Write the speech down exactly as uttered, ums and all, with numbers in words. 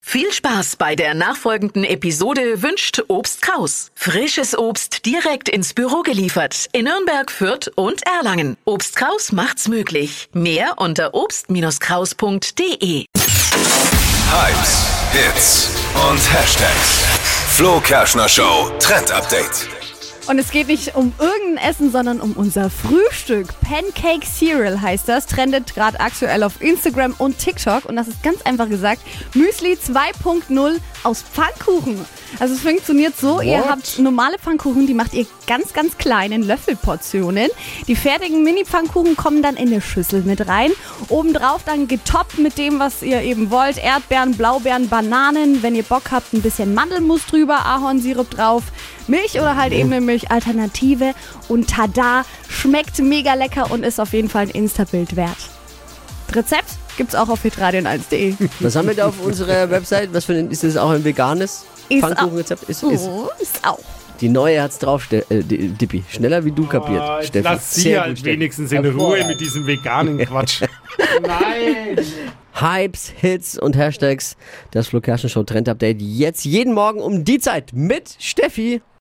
Viel Spaß bei der nachfolgenden Episode wünscht Obst Kraus. Frisches Obst direkt ins Büro geliefert in Nürnberg, Fürth und Erlangen. Obst Kraus macht's möglich. Mehr unter obst Kraus punkt de. Hypes, Hits und Hashtags. Flo Kerschner Show Trend Update. Und es geht nicht um irgendein Essen, sondern um unser Frühstück. Pancake Cereal heißt das, trendet gerade aktuell auf Instagram und TikTok. Und das ist ganz einfach gesagt Müsli zwei Punkt null aus Pfannkuchen. Also es funktioniert so, What? Ihr habt normale Pfannkuchen, die macht ihr ganz, ganz klein in Löffelportionen. Die fertigen Mini-Pfannkuchen kommen dann in eine Schüssel mit rein. Obendrauf dann getoppt mit dem, was ihr eben wollt. Erdbeeren, Blaubeeren, Bananen. Wenn ihr Bock habt, ein bisschen Mandelmus drüber, Ahornsirup drauf, Milch oder halt eben eine Milchalternative. Und tada, schmeckt mega lecker und ist auf jeden Fall ein Insta-Bild wert. Rezept gibt's auch auf hitradion eins punkt de. Was haben wir da auf unserer Website? Was für ein, ist das auch ein veganes Pfannkuchenrezept? Ist, ist, ist auch. Die neue hat's drauf, äh, Dippi. Schneller wie du kapiert, oh, Steffi. Lass sie halt gut, wenigstens in Ruhe mit diesem veganen Quatsch. Nein! Hypes, Hits und Hashtags. Das Flo Kerschner Show Trend Update jetzt jeden Morgen um die Zeit mit Steffi.